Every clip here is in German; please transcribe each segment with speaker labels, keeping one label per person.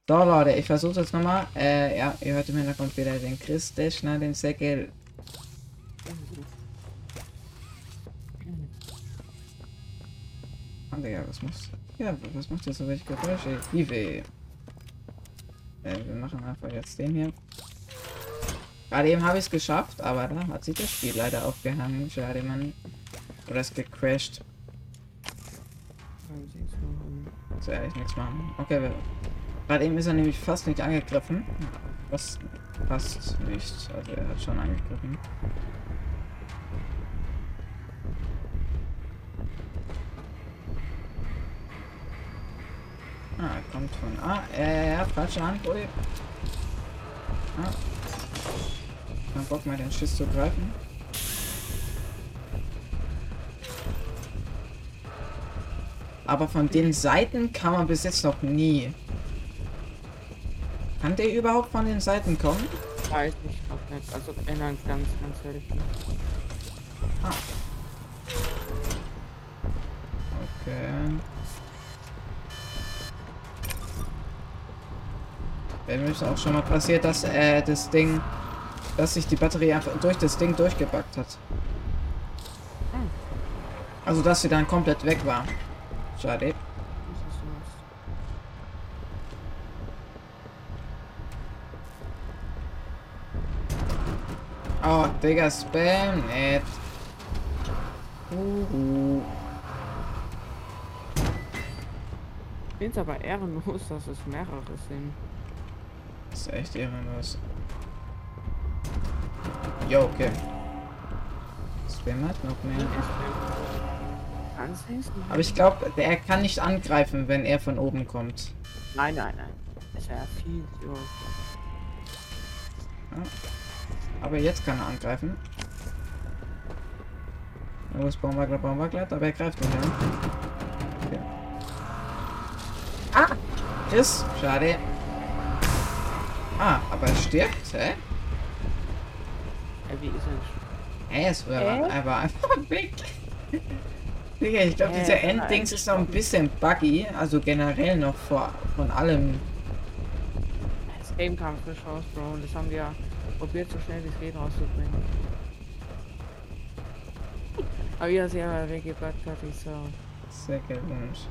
Speaker 1: So, Leute, ich versuche jetzt nochmal. Ja, ihr hört im Hintergrund wieder den Chris Deschner, den Säckel. Ah, Digga, was machst du? Ja, was macht ihr so welche Geräusche? Wie weh. Wir machen einfach jetzt den hier. Gerade eben habe ich es geschafft, aber da hat sich das Spiel leider aufgehangen. Schade, Mann. Oder es gecrashed. Muss ehrlich nichts machen. Okay, gerade eben ist er nämlich fast nicht angegriffen. Was fast nicht. Also er hat schon angegriffen. Ah, kommt von. Ah, ja, falsche Hand, oder? Ah. Kein Bock mehr den Schiss zu greifen. Aber von den Seiten kann man bis jetzt noch nie. Kann der überhaupt von den Seiten kommen?
Speaker 2: Weiß ich auch nicht. Also ändern ganz selten.
Speaker 1: Ah. Okay. Mir ist auch schon mal passiert, dass das Ding, dass sich die Batterie einfach durch das Ding durchgebackt hat. Also dass sie dann komplett weg war. Schade. Oh, Digga, Spam nicht.
Speaker 2: Ich finde es aber ehrenlos, dass es mehrere sind.
Speaker 1: Das ist echt ehrenlos. Jo, okay. Spam hat noch mehr. Aber ich glaube, er kann nicht angreifen, wenn er von oben kommt.
Speaker 2: Nein. Ist ja viel so.
Speaker 1: Ja. Aber jetzt kann er angreifen. Los, bauen wir glatt, aber er greift nicht an. Okay. Ah! Chris, schade. Ah, aber er stirbt, hä?
Speaker 2: Wie ist es?
Speaker 1: Er war einfach weg. Digga, ich glaube, dieser Enddings ist noch ein bisschen buggy. Also generell noch von allem.
Speaker 2: Das Game kam frisch raus, Bro. Und das haben wir probiert, so schnell wie es geht rauszubringen. Aber wie er sich aber weggebackt hat, ich so.
Speaker 1: Sehr gewünscht.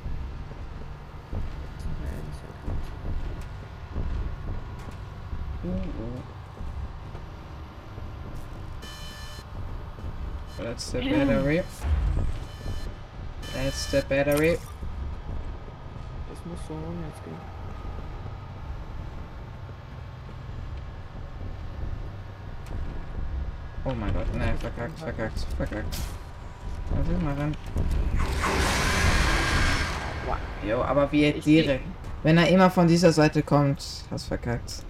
Speaker 1: That's the battery. That's the battery.
Speaker 2: Das muss so jetzt gehen.
Speaker 1: Oh mein Gott, nein, verkackt. Warte mal ran. Jo, aber wie er direkt. Wenn er immer von dieser Seite kommt, hast verkackt.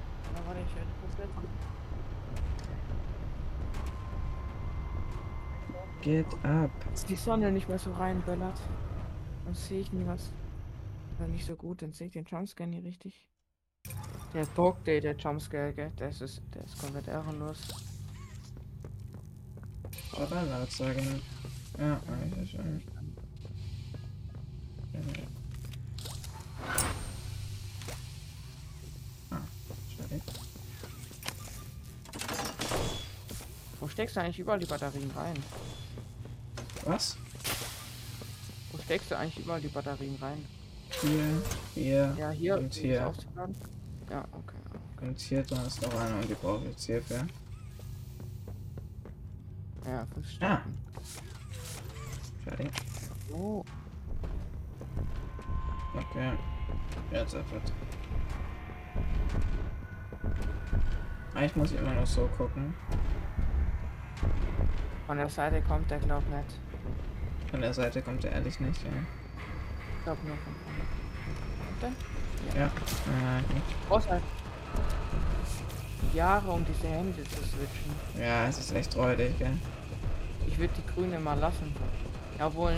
Speaker 1: Get up.
Speaker 2: Dass die Sonne nicht mehr so reinböllert, dann sehe ich nie was. Oder nicht so gut, dann sehe ich den Jumpscare nie richtig. Der Bug, der Jumpscare, gell? Der ist komplett ehrenlos.
Speaker 1: Oder laut sagen. Ja, eigentlich schon. Ah, schade.
Speaker 2: Wo steckst du eigentlich überall die Batterien rein?
Speaker 1: Was?
Speaker 2: Wo steckst du eigentlich überall die Batterien rein?
Speaker 1: Hier.
Speaker 2: Ja, hier
Speaker 1: Und hier.
Speaker 2: Aufzuladen. Ja, okay.
Speaker 1: Und hier drin ist noch eine und die brauche ich jetzt hierfür.
Speaker 2: Ja, verstehe.
Speaker 1: Ah. Schade.
Speaker 2: Oh.
Speaker 1: Okay. Jetzt einfach. Ich muss immer noch so gucken.
Speaker 2: Von der Seite kommt der, glaub nicht.
Speaker 1: Von der Seite kommt er ehrlich nicht, ja.
Speaker 2: Ich glaub nur von vorne. Und dann?
Speaker 1: Ja. Gut.
Speaker 2: Brauchst halt Jahre, um diese Hände zu switchen.
Speaker 1: Ja, es ist echt räudig, gell.
Speaker 2: Ich würde die grüne mal lassen. Jawohl.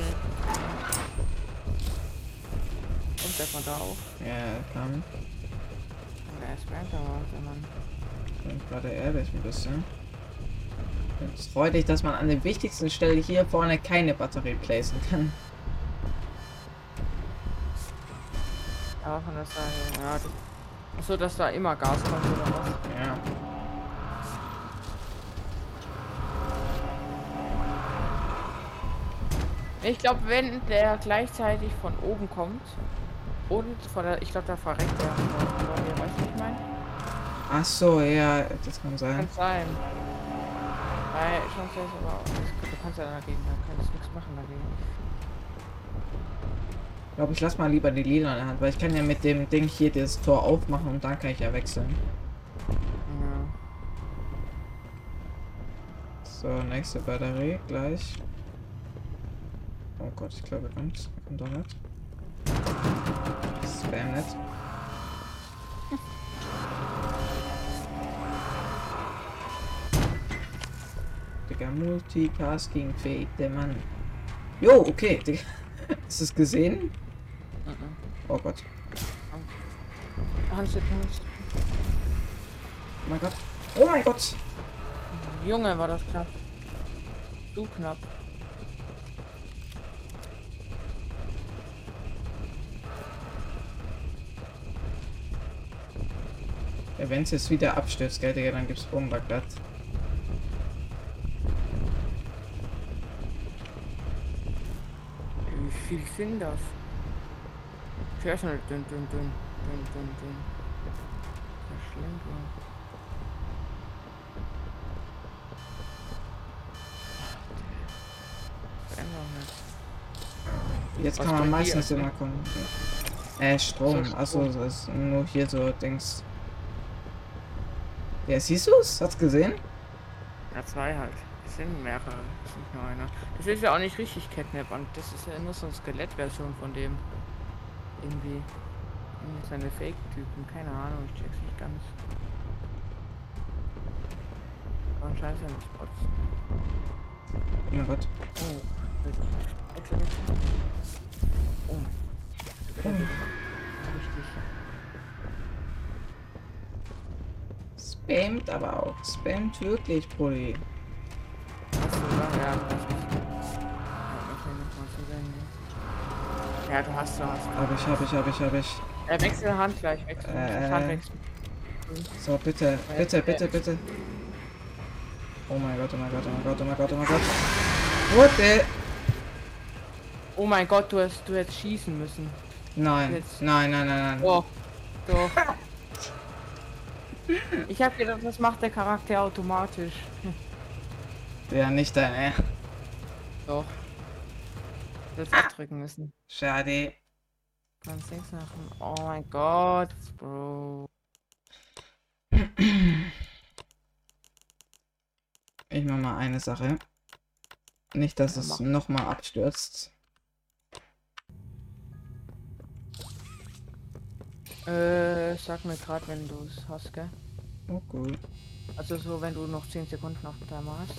Speaker 2: Kommt der von da auf?
Speaker 1: Ja, kam.
Speaker 2: Der ist weiter, warte, Mann.
Speaker 1: Und gerade ehrlich ein bisschen. Es ist räudig, dass man an der wichtigsten Stelle hier vorne keine Batterie placen kann.
Speaker 2: Ja, von der Seite. Ja, achso, dass da immer Gas kommt oder was?
Speaker 1: Ja.
Speaker 2: Ich glaube, wenn der gleichzeitig von oben kommt und von der, ich glaube, da verreckt der vor dir, weißt du, was ich meine?
Speaker 1: Ach so, ja, das kann sein.
Speaker 2: Kann sein. Weil Chance ist aber, du kannst ja dagegen, da kannst du nichts machen dagegen.
Speaker 1: Ich glaube, ich lasse mal lieber die Lila in der Hand, weil ich kann ja mit dem Ding hier das Tor aufmachen und dann kann ich ja wechseln.
Speaker 2: Ja.
Speaker 1: So, nächste Batterie gleich. Oh Gott, ich glaube, er kommt doch nicht. Spam nicht. Digga, Multitasking-fähig, der Mann. Jo, okay, Digga. Hast du es gesehen? Oh Gott.
Speaker 2: Hans,
Speaker 1: Oh mein Gott. Oh mein Gott.
Speaker 2: Junge, war das knapp. Du knapp.
Speaker 1: Ja, wenn es jetzt wieder abstürzt, gell, Digga, dann gibt's Bomberglatt.
Speaker 2: Wie viel sind das? Ich weiß nicht, dünn. Das ist schlimm, du.
Speaker 1: Jetzt
Speaker 2: Was
Speaker 1: kann man
Speaker 2: bringt die
Speaker 1: meistens
Speaker 2: jetzt,
Speaker 1: immer
Speaker 2: ne?
Speaker 1: kommen. Strom.
Speaker 2: So,
Speaker 1: Achso,
Speaker 2: Strom.
Speaker 1: das ist nur hier so Dings. Ja, siehst du's? Hat's gesehen?
Speaker 2: Ja, zwei halt. Es sind mehrere, es ist nicht nur einer. Das ist ja auch nicht richtig Catnap und das ist ja nur so eine Skelettversion von dem. Irgendwie. Seine Fake-Typen, keine Ahnung, ich check's nicht ganz. Aber anscheinend sind das Bots.
Speaker 1: Oh mein Gott.
Speaker 2: Oh, wechsel. Oh. Richtig.
Speaker 1: Spammt aber auch. Spammt wirklich, Brudi.
Speaker 2: Achso, ja, du hast nicht. Ja, du hast.
Speaker 1: Hab ich.
Speaker 2: Wechsel Hand gleich, wechsel. Hand wechseln.
Speaker 1: So, bitte. Bitte. Oh mein Gott. What the?
Speaker 2: Oh mein Gott, du hättest schießen müssen.
Speaker 1: Nein.
Speaker 2: Jetzt.
Speaker 1: Nein.
Speaker 2: Doch. Ich hab gedacht, das macht der Charakter automatisch.
Speaker 1: Ja, nicht dein Ernst.
Speaker 2: Doch. Du hättest abdrücken müssen.
Speaker 1: Schade.
Speaker 2: Kannst nichts machen. Oh mein Gott, Bro.
Speaker 1: Ich mach mal eine Sache. Nicht, dass
Speaker 2: Ja,
Speaker 1: es
Speaker 2: mach.
Speaker 1: nochmal abstürzt.
Speaker 2: Sag mir gerade, wenn du es hast, gell?
Speaker 1: Oh, cool.
Speaker 2: Also so, wenn du noch 10 Sekunden auf dem Timer hast.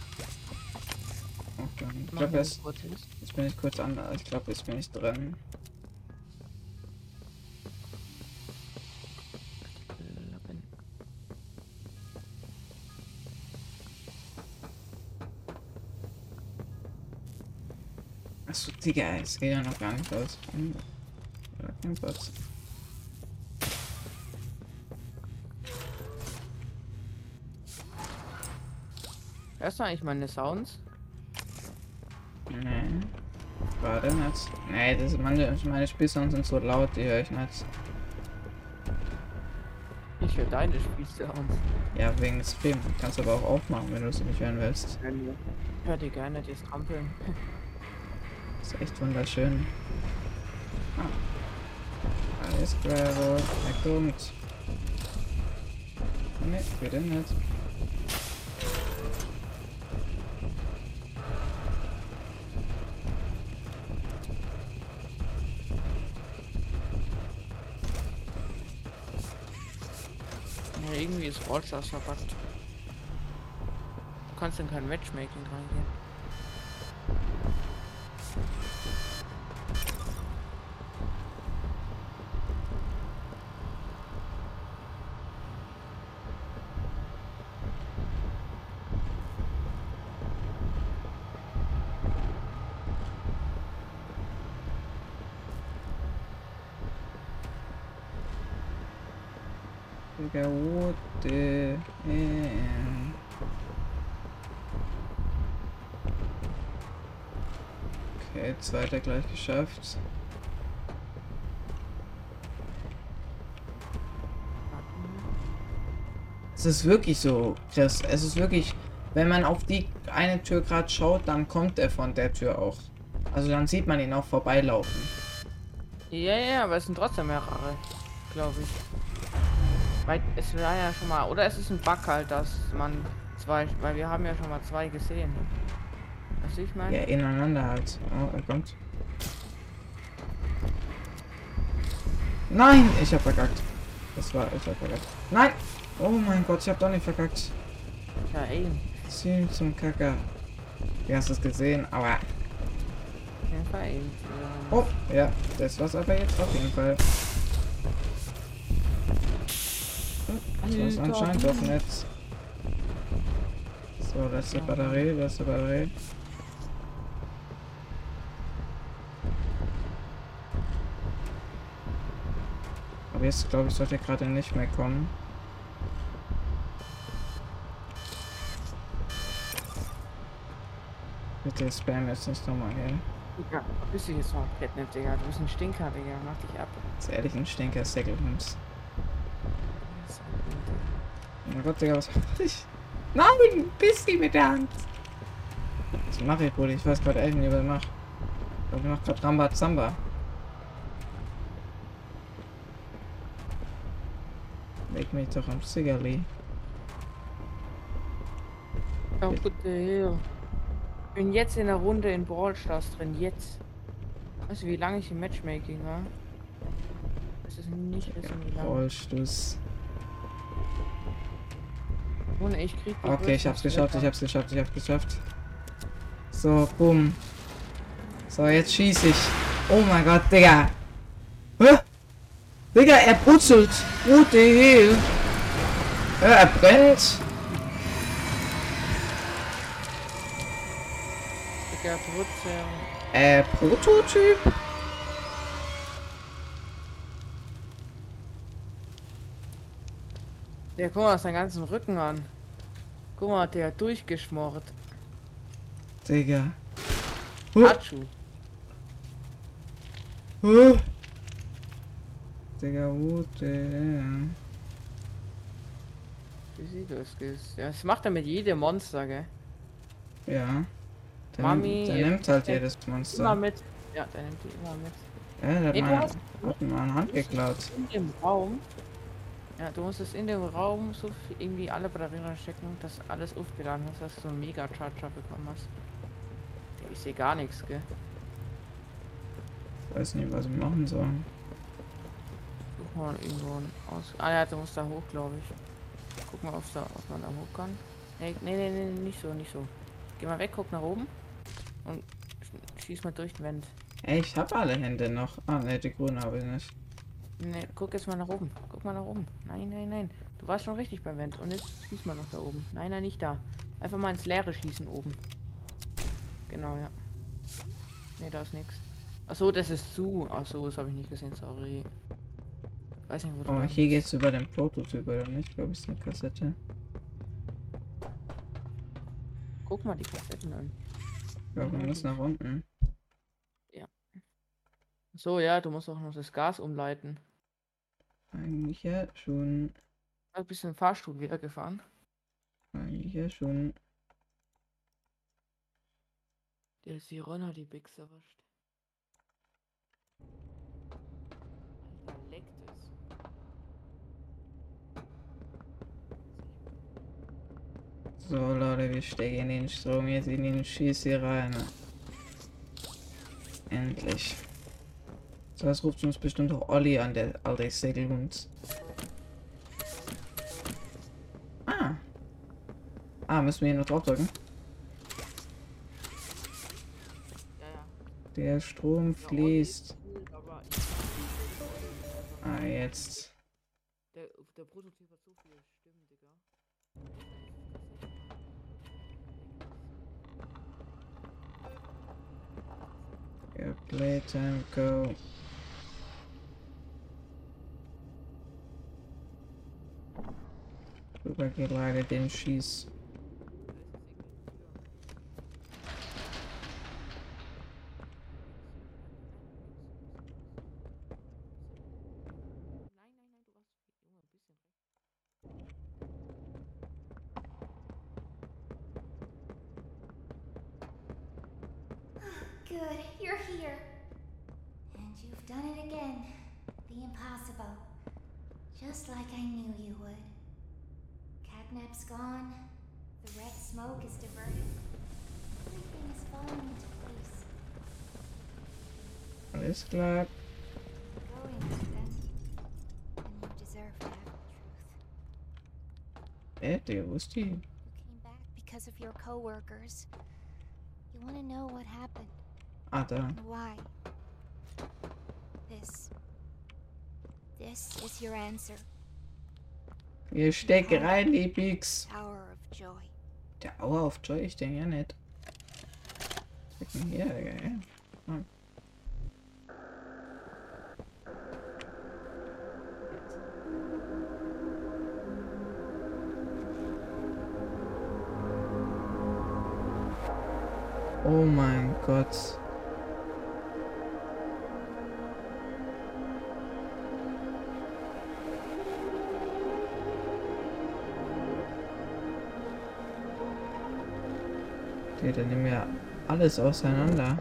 Speaker 1: Okay. Ich
Speaker 2: Mach
Speaker 1: glaube,
Speaker 2: mir
Speaker 1: jetzt
Speaker 2: kurz ist.
Speaker 1: bin ich kurz an. Ich glaube, jetzt bin ich drin. Achso, Digga, es geht ja noch gar nicht los. Ja, kein Platz.
Speaker 2: Hörst du eigentlich meine Sounds?
Speaker 1: Nee. Warte nicht. Nee, meine Spielsounds sind so laut, die höre ich nicht.
Speaker 2: Ich höre deine Spielsounds.
Speaker 1: Ja, wegen des Films. Kannst aber auch aufmachen, wenn du es nicht hören willst.
Speaker 2: Ich höre dir gerne das Trampeln.
Speaker 1: Ist echt wunderschön. Ah. Alles klar, er kommt. Nee, bitte nicht.
Speaker 2: Ja, irgendwie ist Rollstars verpackt. Du kannst in kein Matchmaking reingehen.
Speaker 1: Digga, what the hell? Okay, zweiter gleich geschafft. Es ist wirklich so, Chris. Es ist wirklich, wenn man auf die eine Tür gerade schaut, dann kommt er von der Tür auch. Also dann sieht man ihn auch vorbeilaufen.
Speaker 2: Ja, ja, aber es sind trotzdem mehrere, glaube ich. Weil es war ja schon mal, oder es ist ein Bug halt, dass man zwei, weil wir haben ja schon mal zwei gesehen. Was ich meine?
Speaker 1: Ja, ineinander halt. Oh, er kommt. Nein, ich hab verkackt. Ich hab verkackt. Nein! Oh mein Gott, ich hab doch nicht verkackt.
Speaker 2: Ja, eben.
Speaker 1: Ziel zum Kacker. Du hast es gesehen, aber...
Speaker 2: Ja, war eben.
Speaker 1: Oh, ja, das war's aber jetzt auf jeden Fall. Das war's anscheinend doch nicht. So, letzte Batterie, letzte Batterie. Aber jetzt, glaube ich, sollte gerade nicht mehr kommen. Bitte spam jetzt nicht nochmal hier.
Speaker 2: Ja, bist du jetzt mal Catnip, Digga. Du bist ein Stinker, Digga. Mach dich ab.
Speaker 1: Das ist ehrlich ein Stinker, Säckelhund. Oh mein Gott, Digga, was mach ich? Nein, Bissi mit der Hand. Was mache ich, Bruder? Ich weiß gerade echt nicht, was ich mache. Ich glaube, ich mache gerade Rambazamba. Leg mich doch am Ziggerli.
Speaker 2: Oh, what the hell? Ich bin jetzt in der Runde in Brawl Stars drin. Jetzt. Weißt du, wie lange ich im Matchmaking war? Das ist nicht wissen, wie lange.
Speaker 1: Rollstuss.
Speaker 2: Ohne ich krieg die
Speaker 1: Okay, ich hab's geschafft,
Speaker 2: Rüstung-
Speaker 1: ich hab's geschafft, ich hab's geschafft. So, bumm. So, jetzt schieße ich. Oh mein Gott, Digga. Hä? Digga, er brutzelt. What the hell? Er brennt.
Speaker 2: Digga, Brutze.
Speaker 1: Prototyp?
Speaker 2: Der guck mal seinen ganzen Rücken an. Guck mal, der hat durchgeschmort.
Speaker 1: Digga.
Speaker 2: Hatschu.
Speaker 1: Digga, what the hell?
Speaker 2: Wie sieht das aus? Ja, das macht er mit jedem Monster, gell?
Speaker 1: Ja. Der
Speaker 2: Mami,
Speaker 1: der
Speaker 2: jetzt
Speaker 1: nimmt halt
Speaker 2: der
Speaker 1: jedes
Speaker 2: Immer
Speaker 1: Monster.
Speaker 2: mit. Ja, der nimmt die immer mit.
Speaker 1: Ja, der
Speaker 2: Nee, du hast
Speaker 1: hat mal eine Hand geklaut.
Speaker 2: in dem Raum. Ja, du musst es in dem Raum so viel, irgendwie alle Batterien reinstecken, dass alles aufgeladen hast, dass du einen Mega Charger bekommen hast. Ich sehe gar nichts, gell?
Speaker 1: Ich weiß nicht, was ich machen soll.
Speaker 2: Guck mal irgendwo aus. Ah ja, du musst da hoch, glaube ich. Guck mal, ob man da hoch kann. Nee, nicht so, nicht so. Geh mal weg, guck nach oben. Und schieß mal durch den Wand.
Speaker 1: Ey, ich hab alle Hände noch. Ah, ne, die grüne habe ich nicht.
Speaker 2: Ne, guck jetzt mal nach oben. Guck mal nach oben. Nein. Du warst schon richtig beim Vent. Und jetzt schieß mal noch da oben. Nein, nicht da. Einfach mal ins Leere schießen oben. Genau, ja. Ne, da ist nichts. Achso, das ist zu. Achso, das habe ich nicht gesehen, sorry. Weiß nicht, wo du
Speaker 1: Oh,
Speaker 2: da
Speaker 1: hier
Speaker 2: bist.
Speaker 1: geht's über den Prototyp oder nicht? Glaube ich, ist eine Kassette.
Speaker 2: Guck mal die Kassetten an.
Speaker 1: Ich glaube, wir müssen nach unten.
Speaker 2: So, ja, du musst auch noch das Gas umleiten.
Speaker 1: Eigentlich ja schon.
Speaker 2: Du bist im Fahrstuhl wieder gefahren.
Speaker 1: Eigentlich ja schon.
Speaker 2: Der Siron hat die Bix erwischt. Alter, leckt es.
Speaker 1: So, Leute, wir stecken in den Strom jetzt in den Schieß hier rein. Endlich. So, das ruft uns bestimmt auch Olli an, der alte Segelhund. Ah, müssen wir hier noch drauf drücken?
Speaker 2: Ja.
Speaker 1: Der Strom fließt. Ah, jetzt.
Speaker 2: Der Prototyp hat so viele Stimmen, Digga.
Speaker 1: Ja, Playtime, go. Übergelage den Schieß.
Speaker 3: Good, you're here. And you've done it again. The impossible. Just like I knew you would. Catnap's gone. The red smoke is diverted. Everything is falling into place.
Speaker 1: Alles klar.
Speaker 3: Going to them. And you deserve to have the truth.
Speaker 1: Der wo ist die?
Speaker 3: You came back because of your co-workers. You want to know what happened
Speaker 1: Ah, da.
Speaker 3: and why. This is your answer.
Speaker 1: Wir stecken rein, die Pix.
Speaker 3: Hour of joy.
Speaker 1: Der Auer auf Joy, ich denke ja nicht. Stecken hier, Digga, ja. Ah. Oh mein Gott. Dann nehmen wir alles auseinander.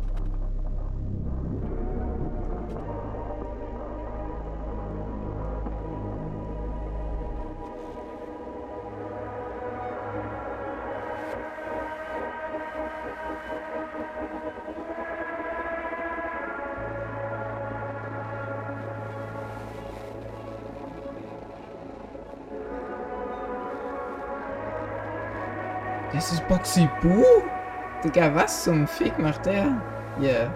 Speaker 1: Das ist Boxy Boo? Digga, was zum Fick macht der? Yeah.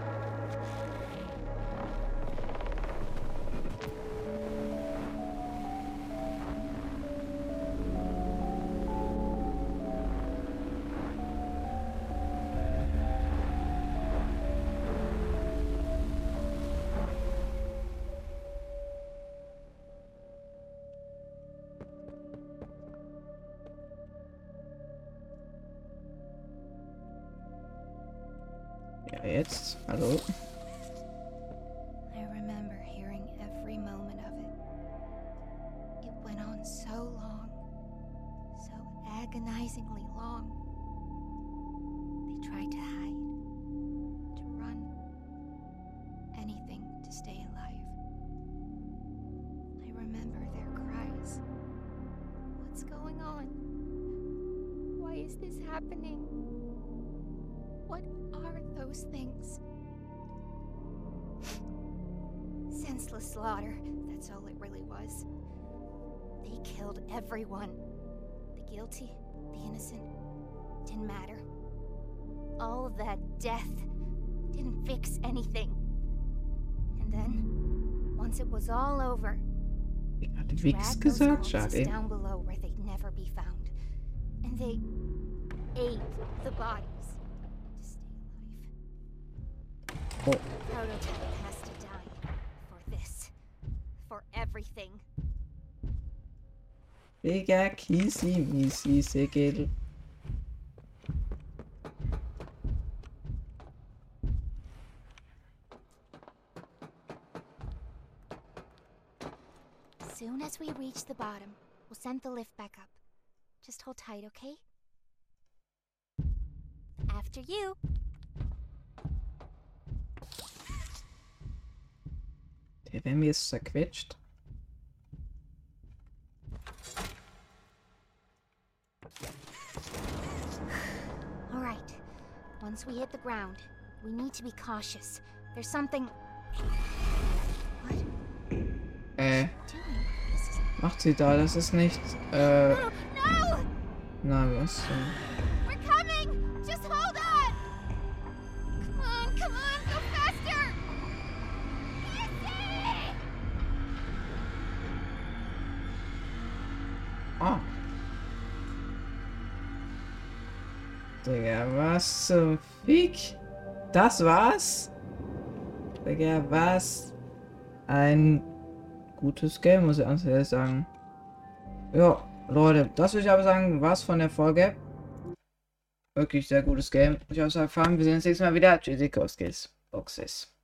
Speaker 1: Ja, jetzt. Hallo.
Speaker 3: I remember hearing every moment of it. It went on so long, so agonizingly long. They tried to hide, to run, anything to stay alive. I remember their cries. What's going on? Why is this happening? What are those things? Senseless slaughter, that's all it really was. They killed everyone. The guilty, the innocent, didn't matter. All of that death didn't fix anything. And then, once it was all over,
Speaker 1: Ich hatte
Speaker 3: dragged
Speaker 1: Wix
Speaker 3: those
Speaker 1: gesagt,
Speaker 3: corpses
Speaker 1: schade.
Speaker 3: down below where they'd never be found. And they ate the bodies.
Speaker 1: Oh,
Speaker 3: Prototype has to die. For this. For everything.
Speaker 1: Digga, Kisi, Misi, Segel.
Speaker 3: Soon as we reach the bottom, we'll send the lift back up. Just hold tight, okay? After you.
Speaker 1: Der wäre mir jetzt zerquetscht.
Speaker 3: All right. Once we hit the ground, we need to be cautious. There's something. What? Doing? This is...
Speaker 1: Macht sie da, das ist nicht,
Speaker 3: No!
Speaker 1: na, was?
Speaker 3: We're coming! Just hold on! Come on, go faster! Easy!
Speaker 1: Ah. Digga, was zum Fick? Das war's? Digga, was? Ein gutes Game, muss ich ganz ehrlich sagen. Ja, Leute, das würde ich aber sagen, war's von der Folge. Wirklich sehr gutes Game. Ich habe gesagt, wir sehen uns nächstes Mal wieder. Tschüssikowskis. Boxes.